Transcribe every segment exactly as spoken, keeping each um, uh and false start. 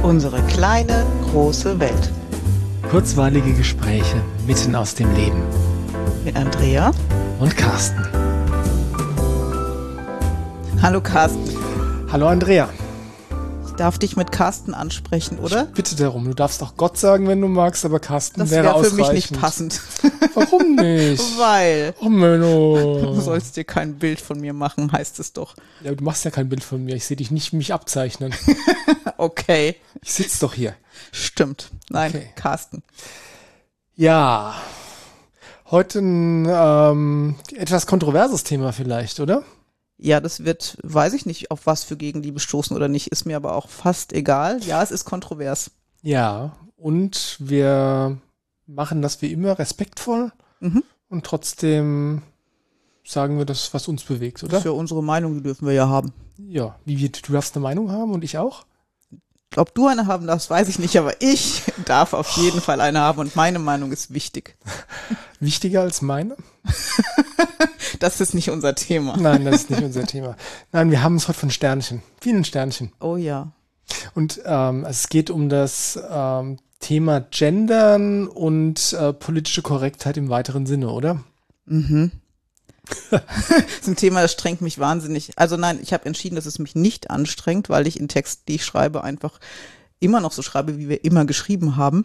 Unsere kleine, große Welt. Kurzweilige Gespräche mitten aus dem Leben. Mit Andrea und Carsten. Hallo Carsten. Hallo Andrea. Ich darf dich mit Carsten ansprechen, oder? Ich bitte darum. Du darfst auch Gott sagen, wenn du magst, aber Carsten das wäre wär ausreichend. Das wäre für mich nicht passend. Warum nicht? Weil. Oh Menno. Du sollst dir kein Bild von mir machen, heißt es doch. Ja, du machst ja kein Bild von mir. Ich sehe dich nicht mich abzeichnen. Okay. Ich sitze doch hier. Stimmt. Nein, okay. Carsten. Ja. Heute ein ähm, etwas kontroverses Thema vielleicht, oder? Ja, das wird, weiß ich nicht, auf was für Gegenliebe stoßen oder nicht, ist mir aber auch fast egal. Ja, es ist kontrovers. Ja, und wir machen das wie immer respektvoll mhm. und trotzdem sagen wir das, was uns bewegt, oder? Das ist ja unsere Meinung, die dürfen wir ja haben. Ja, wie wir, du darfst eine Meinung haben und ich auch? Ob du eine haben darfst, weiß ich nicht, aber ich darf auf jeden oh. Fall eine haben und meine Meinung ist wichtig. Wichtiger als meine? Das ist nicht unser Thema. Nein, das ist nicht unser Thema. Nein, wir haben es heute von Sternchen. Vielen Sternchen. Oh ja. Und ähm, es geht um das ähm, Thema Gendern und äh, politische Korrektheit im weiteren Sinne, oder? Mhm. Das ist ein Thema, das strengt mich wahnsinnig. Also nein, ich habe entschieden, dass es mich nicht anstrengt, weil ich in Texten, die ich schreibe, einfach immer noch so schreibe, wie wir immer geschrieben haben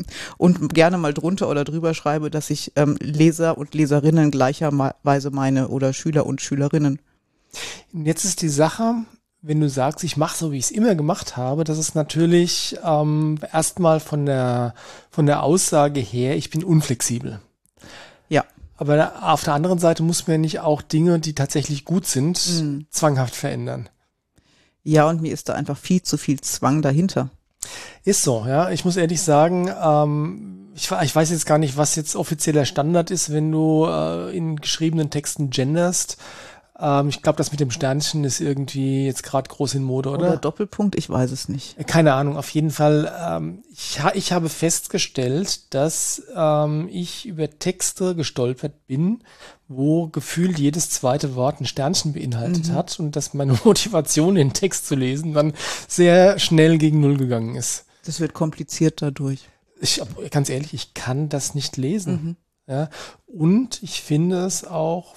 und gerne mal drunter oder drüber schreibe, dass ich ähm, Leser und Leserinnen gleicherweise meine oder Schüler und Schülerinnen. Jetzt ist die Sache, wenn du sagst, ich mache so, wie ich es immer gemacht habe, das ist natürlich ähm, erstmal von der, von der Aussage her, ich bin unflexibel. Ja. Aber auf der anderen Seite muss man ja nicht auch Dinge, die tatsächlich gut sind, mhm. zwanghaft verändern. Ja, und mir ist da einfach viel zu viel Zwang dahinter. Ist so, ja. Ich muss ehrlich sagen, ähm, ich, ich weiß jetzt gar nicht, was jetzt offizieller Standard ist, wenn du äh, in geschriebenen Texten genderst. Ähm, ich glaube, das mit dem Sternchen ist irgendwie jetzt gerade groß in Mode, oder? Oder Doppelpunkt, ich weiß es nicht. Keine Ahnung, auf jeden Fall. Ähm, ich, ha- ich habe festgestellt, dass ähm, ich über Texte gestolpert bin, wo gefühlt jedes zweite Wort ein Sternchen beinhaltet mhm. hat und dass meine Motivation, den Text zu lesen, dann sehr schnell gegen Null gegangen ist. Das wird kompliziert dadurch. Ich, ganz ehrlich, ich kann das nicht lesen. Mhm. Ja? Und ich finde es auch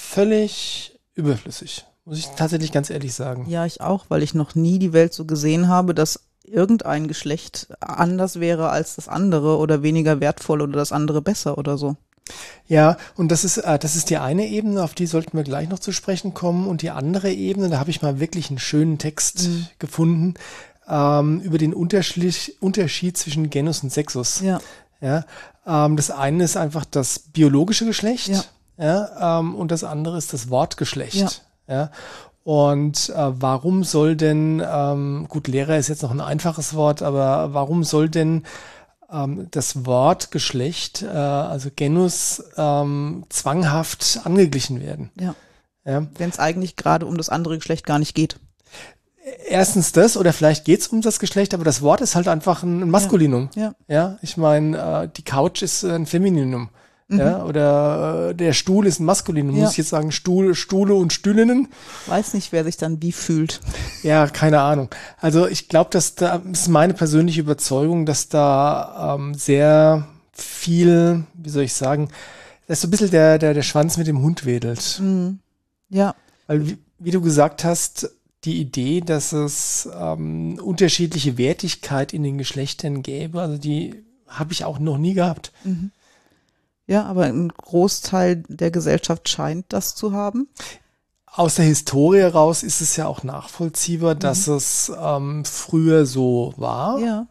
völlig überflüssig, muss ich tatsächlich ganz ehrlich sagen. Ja, ich auch, weil ich noch nie die Welt so gesehen habe, dass irgendein Geschlecht anders wäre als das andere oder weniger wertvoll oder das andere besser oder so. Ja, und das ist äh, das ist die eine Ebene, auf die sollten wir gleich noch zu sprechen kommen. Und die andere Ebene, da habe ich mal wirklich einen schönen Text mhm. gefunden, ähm, über den Unterschied, Unterschied zwischen Genus und Sexus. Ja. Ja, ähm, das eine ist einfach das biologische Geschlecht. Ja. Ja, ähm, und das andere ist das Wortgeschlecht. Ja. Ja. Und äh, warum soll denn, ähm, gut, Lehrer ist jetzt noch ein einfaches Wort, aber warum soll denn ähm, das Wortgeschlecht, äh, also Genus, ähm, zwanghaft angeglichen werden? Ja. Ja. Wenn es eigentlich gerade um das andere Geschlecht gar nicht geht. Erstens das, oder vielleicht geht's um das Geschlecht, aber das Wort ist halt einfach ein Maskulinum. Ja. Ja, ja ich meine, äh, die Couch ist ein Femininum. Ja, oder äh, der Stuhl ist ein Maskulinum. Ja. Muss ich jetzt sagen, Stuhl, Stuhle und Stühlinnen? Weiß nicht, wer sich dann wie fühlt. Ja, keine Ahnung. Also ich glaube, dass da ist meine persönliche Überzeugung, dass da ähm, sehr viel, wie soll ich sagen, dass so ein bisschen der, der, der Schwanz mit dem Hund wedelt. Mhm. Ja. Weil, wie, wie du gesagt hast, die Idee, dass es ähm, unterschiedliche Wertigkeit in den Geschlechtern gäbe, also die habe ich auch noch nie gehabt. Mhm. Ja, aber ein Großteil der Gesellschaft scheint das zu haben. Aus der Historie heraus ist es ja auch nachvollziehbar, mhm. dass es ähm, früher so war. Ja.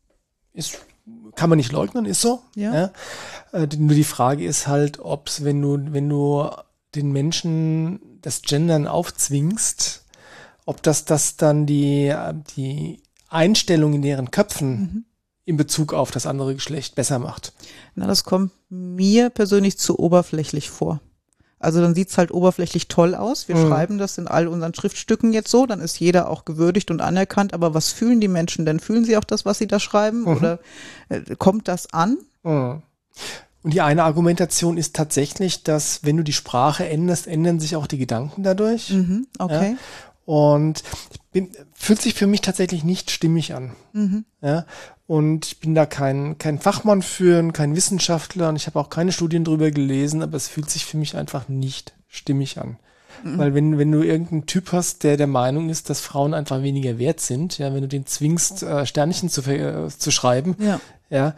Ist, kann man nicht leugnen, ist so. Ja. Ja. Äh, nur die Frage ist halt, ob es, wenn du, wenn du den Menschen das Gendern aufzwingst, ob das das dann die, die Einstellung in deren Köpfen mhm. in Bezug auf das andere Geschlecht besser macht. Na, das kommt mir persönlich zu oberflächlich vor. Also dann sieht's halt oberflächlich toll aus. Wir mhm. schreiben das in all unseren Schriftstücken jetzt so, dann ist jeder auch gewürdigt und anerkannt. Aber was fühlen die Menschen denn? Fühlen sie auch das, was sie da schreiben? Mhm. Oder äh, kommt das an? Mhm. Und die eine Argumentation ist tatsächlich, dass wenn du die Sprache änderst, ändern sich auch die Gedanken dadurch. Mhm. Okay. Ja? Und bin, fühlt sich für mich tatsächlich nicht stimmig an. Mhm. Ja, und ich bin da kein, kein Fachmann für, kein Wissenschaftler und ich habe auch keine Studien drüber gelesen, aber es fühlt sich für mich einfach nicht stimmig an. Mhm. Weil wenn, wenn du irgendeinen Typ hast, der der Meinung ist, dass Frauen einfach weniger wert sind, ja, wenn du den zwingst, äh, Sternchen zu, äh, zu schreiben, ja, ja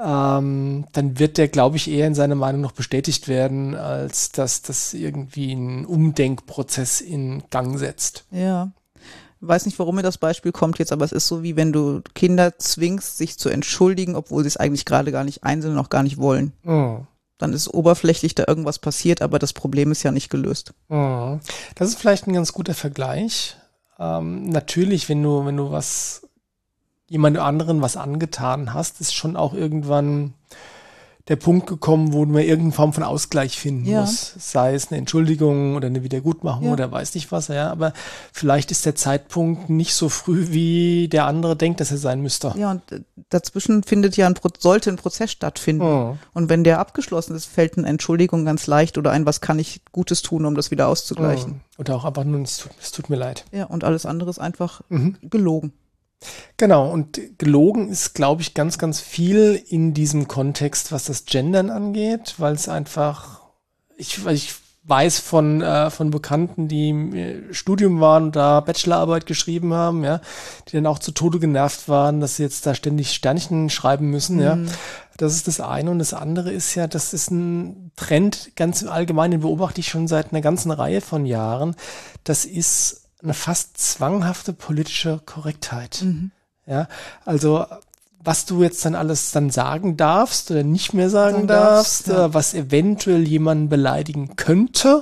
ähm, dann wird der, glaube ich, eher in seiner Meinung noch bestätigt werden, als dass das irgendwie einen Umdenkprozess in Gang setzt. Ja. Ich weiß nicht, warum mir das Beispiel kommt jetzt, aber es ist so, wie wenn du Kinder zwingst, sich zu entschuldigen, obwohl sie es eigentlich gerade gar nicht einsehen und auch gar nicht wollen. Mhm. Dann ist oberflächlich da irgendwas passiert, aber das Problem ist ja nicht gelöst. Mhm. Das ist vielleicht ein ganz guter Vergleich. Ähm, natürlich, wenn du, wenn du was jemand anderen was angetan hast, ist schon auch irgendwann der Punkt gekommen, wo man irgendeine Form von Ausgleich finden ja. muss. Sei es eine Entschuldigung oder eine Wiedergutmachung ja. oder weiß nicht was. Ja, aber vielleicht ist der Zeitpunkt nicht so früh, wie der andere denkt, dass er sein müsste. Ja, und dazwischen findet ja ein Pro- sollte ein Prozess stattfinden. Oh. Und wenn der abgeschlossen ist, fällt eine Entschuldigung ganz leicht oder ein, was kann ich Gutes tun, um das wieder auszugleichen. Oh. Oder auch einfach nur, es tut, es tut mir leid. Ja, und alles andere ist einfach mhm. gelogen. Genau, und gelogen ist, glaube ich, ganz, ganz viel in diesem Kontext, was das Gendern angeht, weil es einfach, ich, ich weiß von, äh, von Bekannten, die im Studium waren und da Bachelorarbeit geschrieben haben, ja, die dann auch zu Tode genervt waren, dass sie jetzt da ständig Sternchen schreiben müssen, mhm. ja. Das ist das eine. Und das andere ist ja, das ist ein Trend, ganz allgemein, den beobachte ich schon seit einer ganzen Reihe von Jahren. Das ist eine fast zwanghafte politische Korrektheit. Mhm. Ja, also was du jetzt dann alles dann sagen darfst oder nicht mehr sagen, sagen darfst, darfst ja. was eventuell jemanden beleidigen könnte,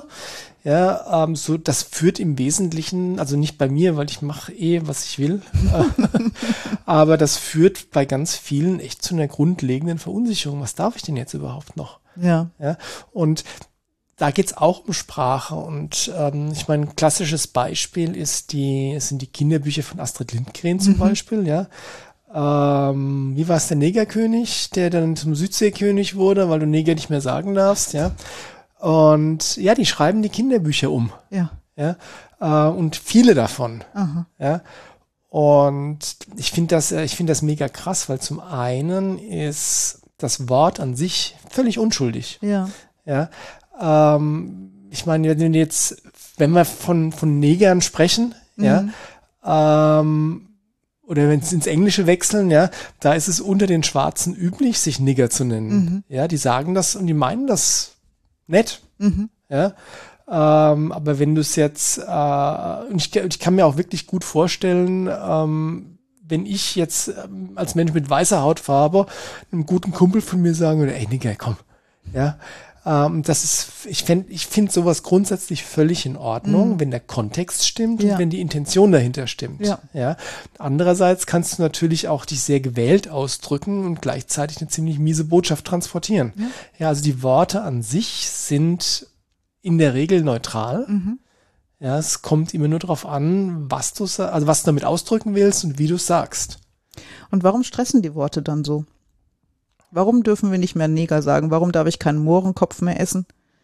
ja, ähm, so das führt im Wesentlichen, also nicht bei mir, weil ich mache eh, was ich will, aber das führt bei ganz vielen echt zu einer grundlegenden Verunsicherung. Was darf ich denn jetzt überhaupt noch? Ja. Ja, und da geht's auch um Sprache und ähm, ich meine, ein klassisches Beispiel ist die, sind die Kinderbücher von Astrid Lindgren zum mhm. Beispiel, ja. Ähm, wie war es der Negerkönig, der dann zum Südseekönig wurde, weil du Neger nicht mehr sagen darfst, ja. Und ja, die schreiben die Kinderbücher um. Ja. Ja. Äh, und viele davon. Aha. Ja. Und ich finde das, ich finde das mega krass, weil zum einen ist das Wort an sich völlig unschuldig. Ja. Ja. Ähm, ich meine, wenn jetzt, wenn wir von, von Negern sprechen, mhm. ja, ähm, oder wenn es ins Englische wechseln, ja, da ist es unter den Schwarzen üblich, sich Nigger zu nennen. Mhm. Ja, die sagen das und die meinen das nett. Mhm. Ja, ähm, aber wenn du es jetzt, äh, und ich, ich kann mir auch wirklich gut vorstellen, ähm, wenn ich jetzt ähm, als Mensch mit weißer Hautfarbe einem guten Kumpel von mir sagen würde, ey Nigger, komm, ja, Ähm, das ist, ich finde, ich finde sowas grundsätzlich völlig in Ordnung, mhm. wenn der Kontext stimmt ja. und wenn die Intention dahinter stimmt. Ja. Ja. Andererseits kannst du natürlich auch dich sehr gewählt ausdrücken und gleichzeitig eine ziemlich miese Botschaft transportieren. Ja, ja also die Worte an sich sind in der Regel neutral. Mhm. Ja, es kommt immer nur darauf an, was du, also was du damit ausdrücken willst und wie du es sagst. Und warum stressen die Worte dann so? Warum dürfen wir nicht mehr Neger sagen? Warum darf ich keinen Mohrenkopf mehr essen?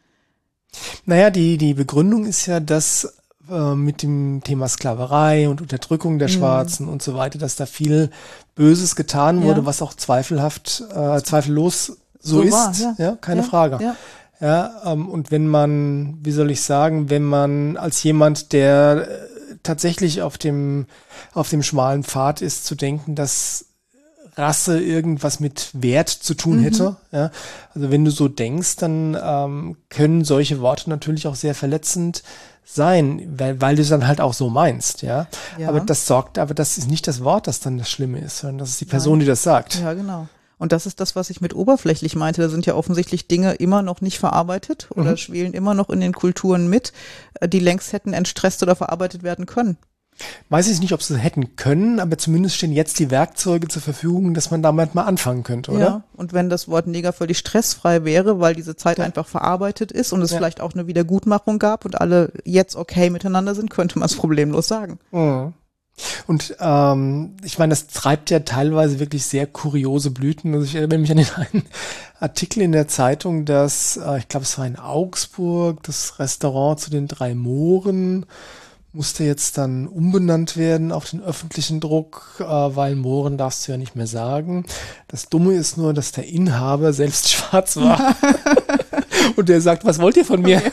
Naja, die, die Begründung ist ja, dass äh, mit dem Thema Sklaverei und Unterdrückung der Schwarzen mhm. und so weiter, dass da viel Böses getan wurde, ja. was auch zweifelhaft, äh, zweifellos so, so ist. War, ja. ja, keine ja, Frage. Ja. Ja, ähm, und wenn man, wie soll ich sagen, wenn man als jemand, der äh, tatsächlich auf dem, auf dem schmalen Pfad ist, zu denken, dass Rasse irgendwas mit Wert zu tun hätte. Mhm. Ja, also wenn du so denkst, dann ähm, können solche Worte natürlich auch sehr verletzend sein, weil, weil du es dann halt auch so meinst, ja? ja. Aber das sorgt, aber das ist nicht das Wort, das dann das Schlimme ist, sondern das ist die Person, Nein. die das sagt. Ja, genau. Und das ist das, was ich mit oberflächlich meinte. Da sind ja offensichtlich Dinge immer noch nicht verarbeitet oder mhm. schwelen immer noch in den Kulturen mit, die längst hätten entstresst oder verarbeitet werden können. Weiß ich nicht, ob sie hätten können, aber zumindest stehen jetzt die Werkzeuge zur Verfügung, dass man damit mal anfangen könnte, oder? Ja, und wenn das Wort Neger völlig stressfrei wäre, weil diese Zeit ja. einfach verarbeitet ist und es ja. vielleicht auch eine Wiedergutmachung gab und alle jetzt okay miteinander sind, könnte man es problemlos sagen. Mhm. Und ähm, ich meine, das treibt ja teilweise wirklich sehr kuriose Blüten. Also ich erinnere mich an den einen Artikel in der Zeitung, dass, äh, ich glaube, es war in Augsburg, das Restaurant zu den drei Mooren, musste jetzt dann umbenannt werden auf den öffentlichen Druck, äh, weil Mohren darfst du ja nicht mehr sagen. Das Dumme ist nur, dass der Inhaber selbst schwarz war. Und der sagt, was wollt ihr von mir? Okay.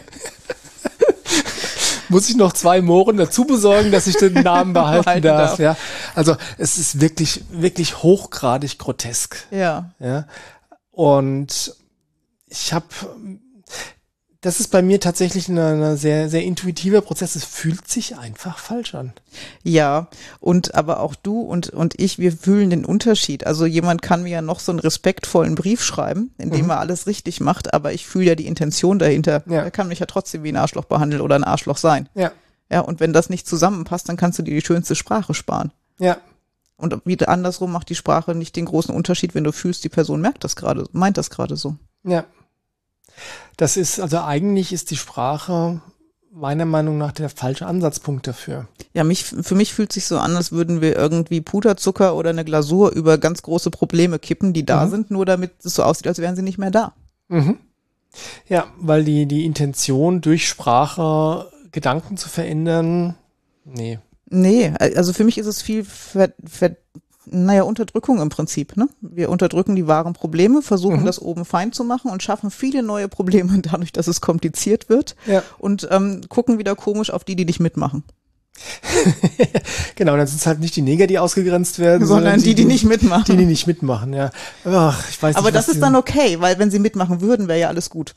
Muss ich noch zwei Mohren dazu besorgen, dass ich den Namen behalten, behalten darf. darf. Ja, also es ist wirklich, wirklich hochgradig grotesk. Ja. Ja. Und ich habe, das ist bei mir tatsächlich ein, ein sehr, sehr intuitiver Prozess. Es fühlt sich einfach falsch an. Ja, und aber auch du und, und ich, wir fühlen den Unterschied. Also jemand kann mir ja noch so einen respektvollen Brief schreiben, in dem mhm. er alles richtig macht, aber ich fühle ja die Intention dahinter. Ja. Er kann mich ja trotzdem wie ein Arschloch behandeln oder ein Arschloch sein. Ja. Ja, und wenn das nicht zusammenpasst, dann kannst du dir die schönste Sprache sparen. Ja. Und wieder andersrum macht die Sprache nicht den großen Unterschied, wenn du fühlst, die Person merkt das gerade, meint das gerade so. Ja. Das ist, also eigentlich ist die Sprache meiner Meinung nach der falsche Ansatzpunkt dafür. Ja, mich, für mich fühlt sich so an, als würden wir irgendwie Puderzucker oder eine Glasur über ganz große Probleme kippen, die da mhm. sind, nur damit es so aussieht, als wären sie nicht mehr da. Mhm. Ja, weil die, die Intention durch Sprache Gedanken zu verändern, nee. Nee, also für mich ist es viel ver, ver, naja, Unterdrückung im Prinzip. Ne? Wir unterdrücken die wahren Probleme, versuchen mhm. das oben fein zu machen und schaffen viele neue Probleme dadurch, dass es kompliziert wird ja. und ähm, gucken wieder komisch auf die, die nicht mitmachen. Genau, dann sind es halt nicht die Neger, die ausgegrenzt werden, sondern, sondern die, die nicht mitmachen. Die, die nicht mitmachen, ja. Ach, ich weiß Aber nicht, das ist dann okay, weil wenn sie mitmachen würden, wäre ja alles gut.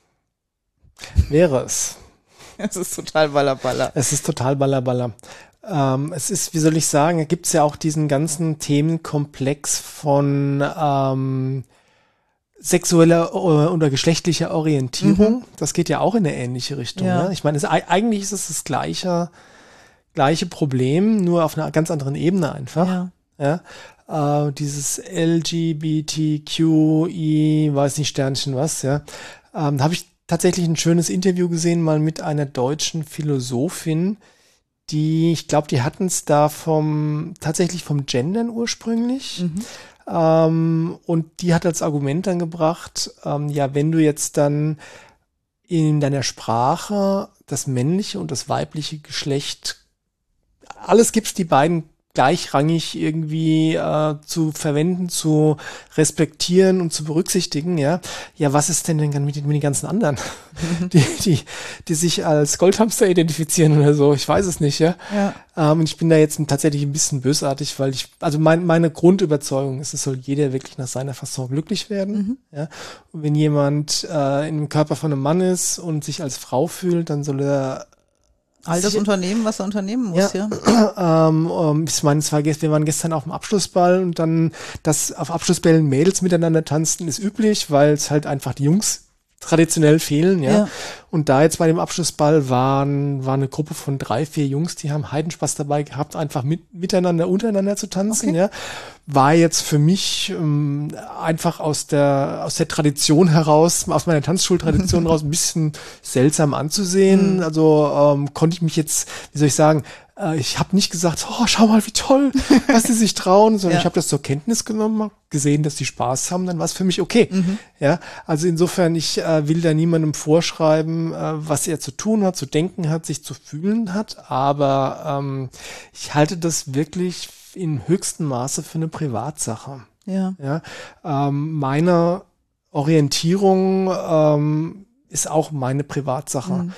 Wäre es. Es ist total ballerballer. Es ist total ballerballer. Ähm, es ist, wie soll ich sagen, da gibt es ja auch diesen ganzen Themenkomplex von ähm, sexueller oder geschlechtlicher Orientierung. Mhm. Das geht ja auch in eine ähnliche Richtung. Ja. Ne? Ich meine, es, eigentlich ist es das gleiche, gleiche Problem, nur auf einer ganz anderen Ebene einfach. Ja. Ja? Äh, dieses L G B T Q I, weiß nicht, Sternchen was, ja. Ähm, da habe ich tatsächlich ein schönes Interview gesehen, mal mit einer deutschen Philosophin, die, ich glaube, die hatten es da vom, tatsächlich vom Gendern ursprünglich. Mhm. Ähm, und die hat als Argument dann gebracht, ähm, ja, wenn du jetzt dann in deiner Sprache das männliche und das weibliche Geschlecht, alles gibst, die beiden gleichrangig irgendwie äh, zu verwenden, zu respektieren und zu berücksichtigen, ja. Ja, was ist denn denn mit, mit den ganzen anderen, mhm. die, die, die sich als Goldhamster identifizieren oder so? Ich weiß es nicht, ja. ja. Ähm, und ich bin da jetzt tatsächlich ein bisschen bösartig, weil ich, also mein, meine Grundüberzeugung ist, es soll jeder wirklich nach seiner Fasson glücklich werden, mhm. ja. Und wenn jemand äh, in dem Körper von einem Mann ist und sich als Frau fühlt, dann soll er all das Unternehmen, was er unternehmen muss, ja. ja. Ähm, um, ich meine, es war, wir waren gestern auf dem Abschlussball und dann, dass auf Abschlussbällen Mädels miteinander tanzen, ist üblich, weil es halt einfach die Jungs traditionell fehlen, ja. ja. Und da jetzt bei dem Abschlussball waren, war eine Gruppe von drei, vier Jungs, die haben Heidenspaß dabei gehabt, einfach mit, miteinander, untereinander zu tanzen, okay. ja. War jetzt für mich ähm, einfach aus der, aus der Tradition heraus, aus meiner Tanzschultradition heraus ein bisschen seltsam anzusehen. Mhm. Also ähm, konnte ich mich jetzt, wie soll ich sagen, ich habe nicht gesagt, oh, schau mal, wie toll, dass sie sich trauen, sondern ja. ich habe das zur Kenntnis genommen, habe gesehen, dass die Spaß haben, dann war es für mich okay. Mhm. Ja, also insofern, ich äh, will da niemandem vorschreiben, äh, was er zu tun hat, zu denken hat, sich zu fühlen hat, aber ähm, ich halte das wirklich in höchstem Maße für eine Privatsache. Ja. Ja, ähm, meine Orientierung ähm, ist auch meine Privatsache. Mhm.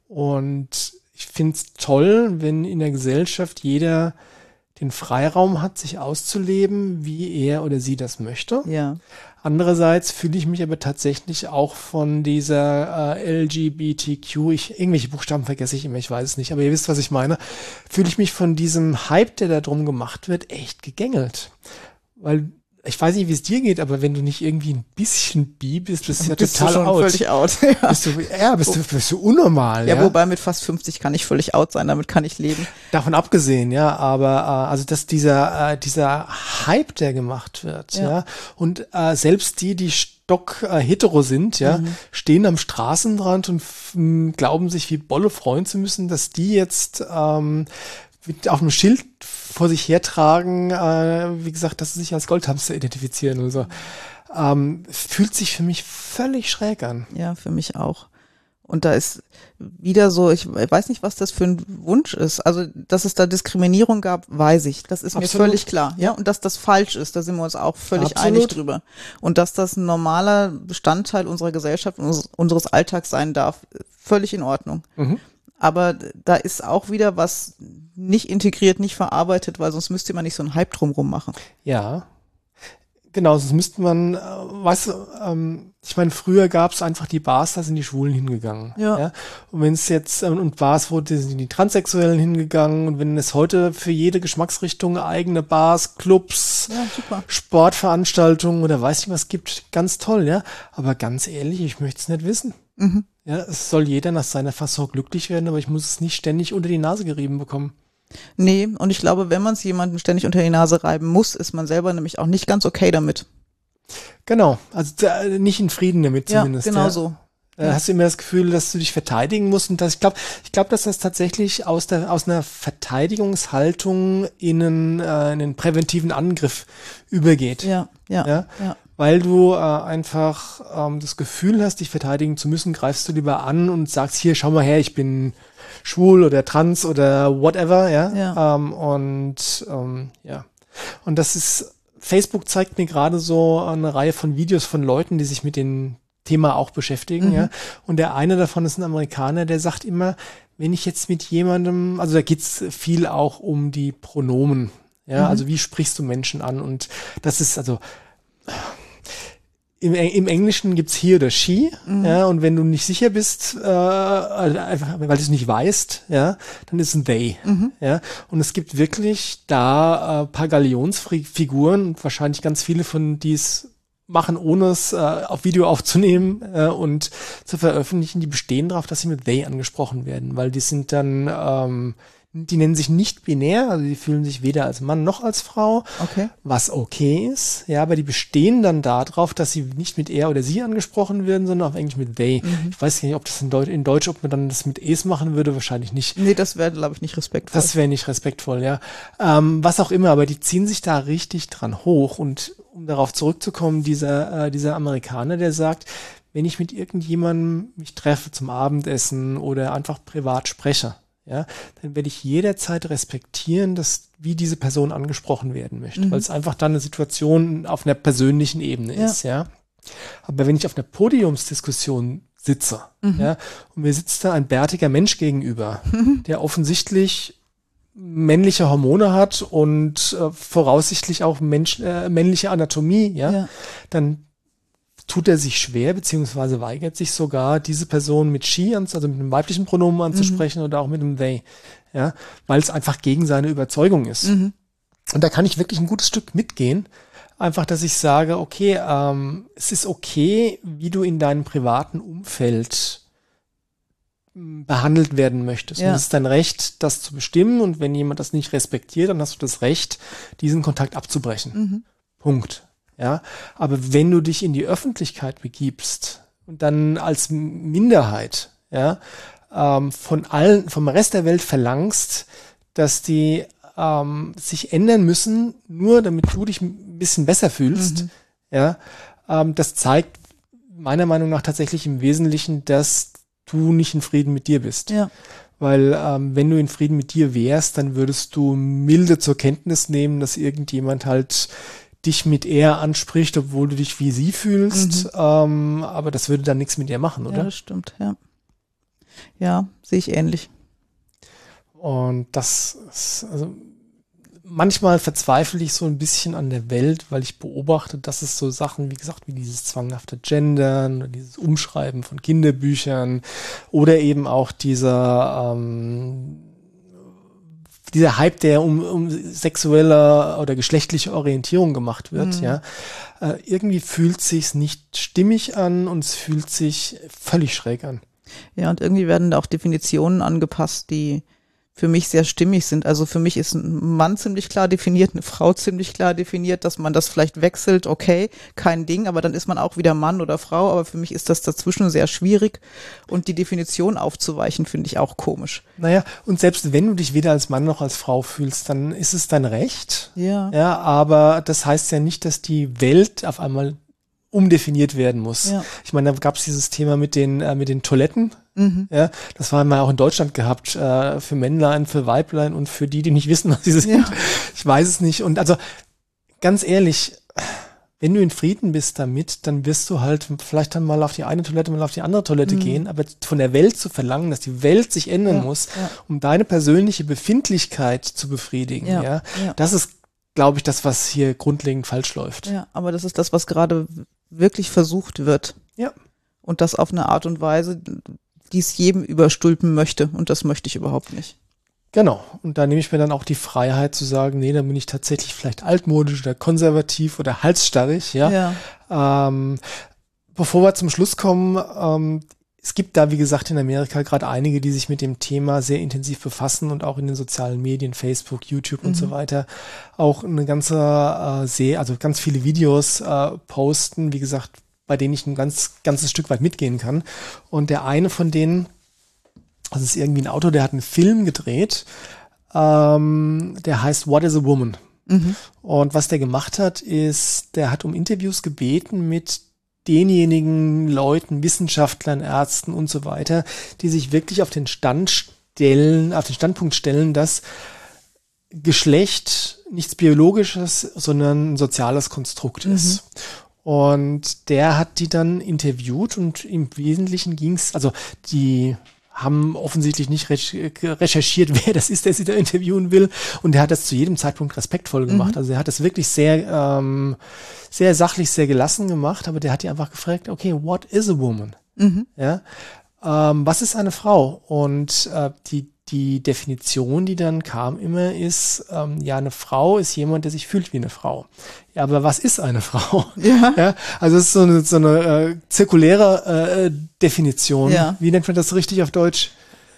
Und ich finde es toll, wenn in der Gesellschaft jeder den Freiraum hat, sich auszuleben, wie er oder sie das möchte. Ja. Andererseits fühle ich mich aber tatsächlich auch von dieser äh, L G B T Q, ich, irgendwelche Buchstaben vergesse ich immer, ich weiß es nicht, aber ihr wisst, was ich meine, fühle ich mich von diesem Hype, der da drum gemacht wird, echt gegängelt. Weil ich weiß nicht, wie es dir geht, aber wenn du nicht irgendwie ein bisschen bi bist, bist du ja bist total du schon out. völlig out. Ja. Bist du, ja, bist du, bist du unnormal. Ja, ja, wobei mit fast fünfzig kann ich völlig out sein, damit kann ich leben. Davon abgesehen, ja, aber äh, also dass dieser äh, dieser Hype, der gemacht wird, ja, Ja. und äh, selbst die, die stock äh, hetero sind, ja, Mhm. stehen am Straßenrand und f- m, glauben sich wie Bolle freuen zu müssen, dass die jetzt ähm, mit auf dem Schild vor sich hertragen, äh, wie gesagt, dass sie sich als Goldhamster identifizieren oder so. Ähm, fühlt sich für mich völlig schräg an. Ja, für mich auch. Und da ist wieder so, ich weiß nicht, was das für ein Wunsch ist. Also, dass es da Diskriminierung gab, weiß ich. Das ist mir Absolut. völlig klar. Ja, und dass das falsch ist, da sind wir uns auch völlig Absolut. einig drüber. Und dass das ein normaler Bestandteil unserer Gesellschaft, unseres, unseres Alltags sein darf, völlig in Ordnung. Mhm. Aber da ist auch wieder was nicht integriert, nicht verarbeitet, weil sonst müsste man nicht so einen Hype drumrum machen. Ja. Genau, sonst müsste man, äh, weißt du, ähm, ich meine, früher gab es einfach die Bars, da sind die Schwulen hingegangen. Ja. ja? Und wenn es jetzt, ähm, und Bars, wo sind die Transsexuellen hingegangen, und wenn es heute für jede Geschmacksrichtung eigene Bars, Clubs, ja, super. Sportveranstaltungen oder weiß nicht was gibt, ganz toll, ja. Aber ganz ehrlich, ich möchte es nicht wissen. Mhm. Ja, es soll jeder nach seiner Fasson glücklich werden, aber ich muss es nicht ständig unter die Nase gerieben bekommen. Nee, und ich glaube, wenn man es jemandem ständig unter die Nase reiben muss, ist man selber nämlich auch nicht ganz okay damit. Genau, also da, nicht in Frieden damit zumindest. Ja, genau ja. so. Äh, hast du immer das Gefühl, dass du dich verteidigen musst? Und das, ich glaube, ich glaube, dass das tatsächlich aus der aus einer Verteidigungshaltung in einen, äh, in einen präventiven Angriff übergeht. Ja, ja, ja. ja. Weil du äh, einfach ähm, das Gefühl hast, dich verteidigen zu müssen, greifst du lieber an und sagst, hier, schau mal her, ich bin schwul oder trans oder whatever, ja. ja. Ähm, und ähm, ja. Und das ist, Facebook zeigt mir gerade so eine Reihe von Videos von Leuten, die sich mit dem Thema auch beschäftigen, mhm. ja. Und der eine davon ist ein Amerikaner, der sagt immer, wenn ich jetzt mit jemandem, also da geht's viel auch um die Pronomen, ja, mhm. also wie sprichst du Menschen an? Und das ist also Im, Im Englischen gibt's he oder she, mhm. ja, und wenn du nicht sicher bist, äh, einfach, weil du es nicht weißt, ja, dann ist es ein they, mhm. ja, und es gibt wirklich da äh, paar Galionsfiguren, wahrscheinlich ganz viele von die es machen, ohne es äh, auf Video aufzunehmen äh, und zu veröffentlichen, die bestehen darauf, dass sie mit they angesprochen werden, weil die sind dann ähm, die nennen sich nicht binär, also die fühlen sich weder als Mann noch als Frau, okay. was okay ist, ja, aber die bestehen dann darauf, dass sie nicht mit er oder sie angesprochen werden, sondern auf Englisch mit they. Mhm. Ich weiß nicht, ob das in Deutsch, in Deutsch, ob man dann das mit es machen würde, wahrscheinlich nicht. Nee, das wäre, glaube ich, nicht respektvoll. Das wäre nicht respektvoll, ja. Ähm, was auch immer, aber die ziehen sich da richtig dran hoch, und um darauf zurückzukommen, dieser, äh, dieser Amerikaner, der sagt, wenn ich mit irgendjemandem mich treffe zum Abendessen oder einfach privat spreche, ja, dann werde ich jederzeit respektieren, dass wie diese Person angesprochen werden möchte, mhm. weil es einfach dann eine Situation auf einer persönlichen Ebene ja. ist, ja. Aber wenn ich auf einer Podiumsdiskussion sitze, mhm. ja, und mir sitzt da ein bärtiger Mensch gegenüber, mhm. der offensichtlich männliche Hormone hat und äh, voraussichtlich auch Mensch, äh, männliche Anatomie, ja, ja, dann tut er sich schwer, beziehungsweise weigert sich sogar, diese Person mit she, also mit einem weiblichen Pronomen anzusprechen, mhm. oder auch mit einem they, ja, weil es einfach gegen seine Überzeugung ist. Mhm. Und da kann ich wirklich ein gutes Stück mitgehen, einfach, dass ich sage, okay, ähm, es ist okay, wie du in deinem privaten Umfeld behandelt werden möchtest. Ja. Und es ist dein Recht, das zu bestimmen, und wenn jemand das nicht respektiert, dann hast du das Recht, diesen Kontakt abzubrechen. Mhm. Punkt. Ja, aber wenn du dich in die Öffentlichkeit begibst und dann als Minderheit, ja, ähm, von allen, vom Rest der Welt verlangst, dass die ähm, sich ändern müssen, nur damit du dich ein bisschen besser fühlst, mhm. ja, ähm, das zeigt meiner Meinung nach tatsächlich im Wesentlichen, dass du nicht in Frieden mit dir bist. Ja. Weil ähm, wenn du in Frieden mit dir wärst, dann würdest du milde zur Kenntnis nehmen, dass irgendjemand halt dich mit er anspricht, obwohl du dich wie sie fühlst, mhm. ähm, aber das würde dann nichts mit ihr machen, oder? Ja, das stimmt, ja. Ja, sehe ich ähnlich. Und das ist, also manchmal verzweifle ich so ein bisschen an der Welt, weil ich beobachte, dass es so Sachen, wie gesagt, wie dieses zwanghafte Gendern oder dieses Umschreiben von Kinderbüchern oder eben auch dieser ähm, dieser Hype, der um, um sexuelle oder geschlechtliche Orientierung gemacht wird, mhm. ja, äh, irgendwie fühlt sich's nicht stimmig an und es fühlt sich völlig schräg an. Ja, und irgendwie werden da auch Definitionen angepasst, die für mich sehr stimmig sind. Also für mich ist ein Mann ziemlich klar definiert, eine Frau ziemlich klar definiert, dass man das vielleicht wechselt, okay, kein Ding, aber dann ist man auch wieder Mann oder Frau, aber für mich ist das dazwischen sehr schwierig, und die Definition aufzuweichen, finde ich auch komisch. Naja, und selbst wenn du dich weder als Mann noch als Frau fühlst, dann ist es dein Recht. Ja. Ja, aber das heißt ja nicht, dass die Welt auf einmal umdefiniert werden muss. Ja. Ich meine, da gab es dieses Thema mit den äh, mit den Toiletten, Mhm. Ja, das haben wir auch in Deutschland gehabt, äh, für Männlein, für Weiblein und für die, die nicht wissen, was sie sind. Ja. Ich weiß es nicht. Und also, ganz ehrlich, wenn du in Frieden bist damit, dann wirst du halt vielleicht dann mal auf die eine Toilette, mal auf die andere Toilette mhm. gehen, aber von der Welt zu verlangen, dass die Welt sich ändern ja, muss, ja. um deine persönliche Befindlichkeit zu befriedigen, ja, ja, ja. das ist, glaube ich, das, was hier grundlegend falsch läuft. Ja, aber das ist das, was gerade wirklich versucht wird. Ja. Und das auf eine Art und Weise, die es jedem überstülpen möchte, und das möchte ich überhaupt nicht. Genau, und da nehme ich mir dann auch die Freiheit zu sagen, nee, dann bin ich tatsächlich vielleicht altmodisch oder konservativ oder halsstarrig, ja. ja. Ähm, bevor wir zum Schluss kommen, ähm, es gibt da, wie gesagt, in Amerika gerade einige, die sich mit dem Thema sehr intensiv befassen und auch in den sozialen Medien, Facebook, YouTube mhm. und so weiter, auch eine ganze äh, sehr, also ganz viele Videos äh, posten, wie gesagt, bei denen ich ein ganz ganzes Stück weit mitgehen kann. Und der eine von denen, das ist irgendwie ein Autor, der hat einen Film gedreht, ähm, der heißt What is a Woman? Mhm. Und was der gemacht hat, ist, der hat um Interviews gebeten mit denjenigen Leuten, Wissenschaftlern, Ärzten und so weiter, die sich wirklich auf den Stand stellen, auf den Standpunkt stellen, dass Geschlecht nichts Biologisches, sondern ein soziales Konstrukt mhm. ist. Und der hat die dann interviewt und im Wesentlichen ging's, also die haben offensichtlich nicht recherchiert, wer das ist, der sie da interviewen will. Und der hat das zu jedem Zeitpunkt respektvoll gemacht. Mhm. Also er hat das wirklich sehr, ähm, sehr sachlich, sehr gelassen gemacht. Aber der hat die einfach gefragt, okay, what is a woman? Mhm. Ja, ähm, was ist eine Frau? Und äh, die die Definition, die dann kam immer, ist, ähm, ja, eine Frau ist jemand, der sich fühlt wie eine Frau. Ja, aber was ist eine Frau? Ja. ja also es ist so eine, so eine äh, zirkuläre äh, Definition. Ja. Wie nennt man das richtig auf Deutsch?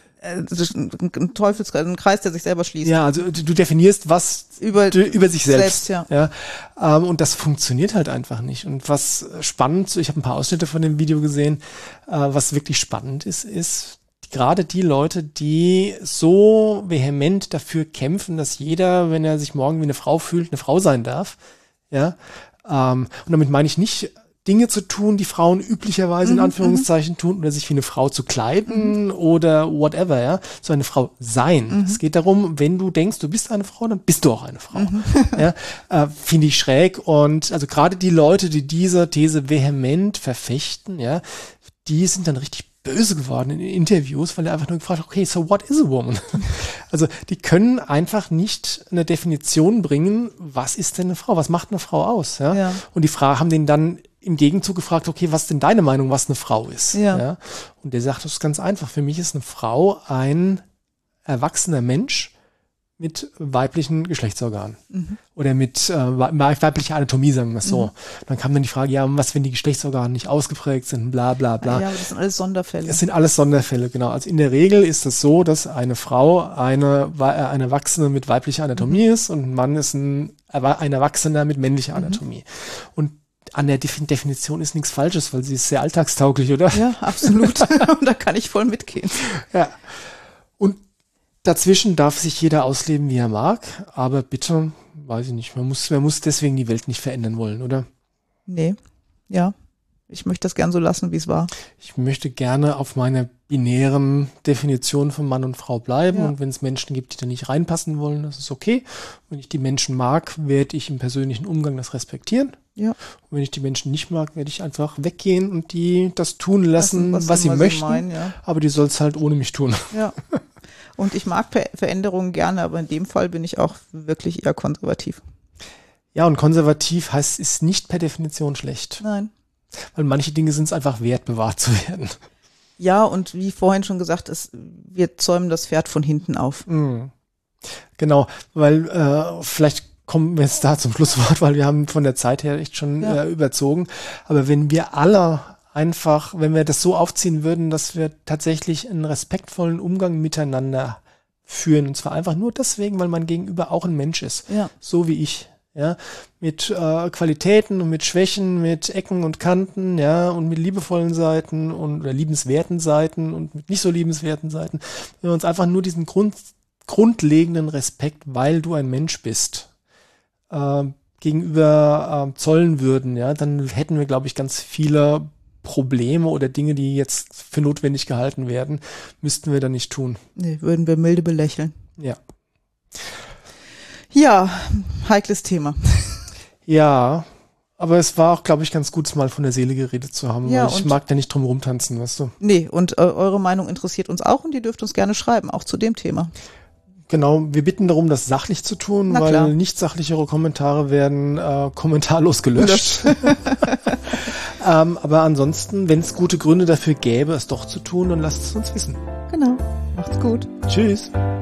Ein Teufelskreis, ein Kreis, der sich selber schließt. Ja, also du definierst was über, du, über sich selbst. selbst ja. Ja, ähm, und das funktioniert halt einfach nicht. Und was spannend, ich habe ein paar Ausschnitte von dem Video gesehen, äh, was wirklich spannend ist, ist, gerade die Leute, die so vehement dafür kämpfen, dass jeder, wenn er sich morgen wie eine Frau fühlt, eine Frau sein darf. Ja, ähm, und damit meine ich nicht, Dinge zu tun, die Frauen üblicherweise in Anführungszeichen mhm. tun, oder sich wie eine Frau zu kleiden mhm. oder whatever, ja, so eine Frau sein. Mhm. Es geht darum, wenn du denkst, du bist eine Frau, dann bist du auch eine Frau. Mhm. ja, äh, finde ich schräg. Und also gerade die Leute, die diese These vehement verfechten, ja, die sind dann richtig böse geworden in den Interviews, weil er einfach nur gefragt hat, okay, so what is a woman? Also die können einfach nicht eine Definition bringen, was ist denn eine Frau? Was macht eine Frau aus? Ja? Ja. Und die Frage haben den dann im Gegenzug gefragt, okay, was ist denn deine Meinung, was eine Frau ist? Ja. Ja? Und der sagt, das ist ganz einfach. Für mich ist eine Frau ein erwachsener Mensch mit weiblichen Geschlechtsorganen. Mhm. Oder mit äh, weiblicher Anatomie, sagen wir es so. Mhm. Dann kam dann die Frage, ja, was, wenn die Geschlechtsorgane nicht ausgeprägt sind, bla bla bla. Ja, aber das sind alles Sonderfälle. Das sind alles Sonderfälle, genau. Also in der Regel ist es so, dass eine Frau eine, eine Erwachsene mit weiblicher Anatomie mhm. ist und ein Mann ist ein, ein Erwachsener mit männlicher Anatomie. Mhm. Und an der Definition ist nichts Falsches, weil sie ist sehr alltagstauglich, oder? Ja, absolut. Und da kann ich voll mitgehen. Ja. Und dazwischen darf sich jeder ausleben, wie er mag, aber bitte, weiß ich nicht, man muss, man muss deswegen die Welt nicht verändern wollen, oder? Nee, ja. Ich möchte das gern so lassen, wie es war. Ich möchte gerne auf meiner binären Definition von Mann und Frau bleiben. Ja. Und wenn es Menschen gibt, die da nicht reinpassen wollen, das ist okay. Wenn ich die Menschen mag, werde ich im persönlichen Umgang das respektieren. Ja. Und wenn ich die Menschen nicht mag, werde ich einfach weggehen und die das tun lassen, was, was sie möchten. Meinen, ja. Aber die soll es halt ohne mich tun. Ja. Und ich mag Veränderungen gerne, aber in dem Fall bin ich auch wirklich eher konservativ. Ja, und konservativ heißt, ist nicht per Definition schlecht. Nein. Weil manche Dinge sind es einfach wert, bewahrt zu werden. Ja, und wie vorhin schon gesagt, es, wir zäumen das Pferd von hinten auf. Mhm. Genau, weil äh, vielleicht kommen wir jetzt da zum Schlusswort, weil wir haben von der Zeit her echt schon ja. äh, überzogen. Aber wenn wir alle einfach, wenn wir das so aufziehen würden, dass wir tatsächlich einen respektvollen Umgang miteinander führen, und zwar einfach nur deswegen, weil mein Gegenüber auch ein Mensch ist, ja. so wie ich, ja, mit äh, Qualitäten und mit Schwächen, mit Ecken und Kanten, ja, und mit liebevollen Seiten und oder liebenswerten Seiten und mit nicht so liebenswerten Seiten, wenn wir uns einfach nur diesen Grund, grundlegenden Respekt, weil du ein Mensch bist, äh, gegenüber äh, zollen würden, ja, dann hätten wir, glaube ich, ganz viele Probleme oder Dinge, die jetzt für notwendig gehalten werden, müssten wir dann nicht tun. Nee, würden wir milde belächeln. Ja. Ja, heikles Thema. Ja, aber es war auch, glaube ich, ganz gut, mal von der Seele geredet zu haben, Ja, weil ich und- mag da nicht drum rumtanzen, weißt du. Nee, und äh, eure Meinung interessiert uns auch und ihr dürft uns gerne schreiben, auch zu dem Thema. Genau, wir bitten darum, das sachlich zu tun, Na weil klar. nicht sachlichere Kommentare werden äh, kommentarlos gelöscht. ähm, aber ansonsten, wenn es gute Gründe dafür gäbe, es doch zu tun, dann lasst es uns wissen. Genau. Macht's gut. Tschüss.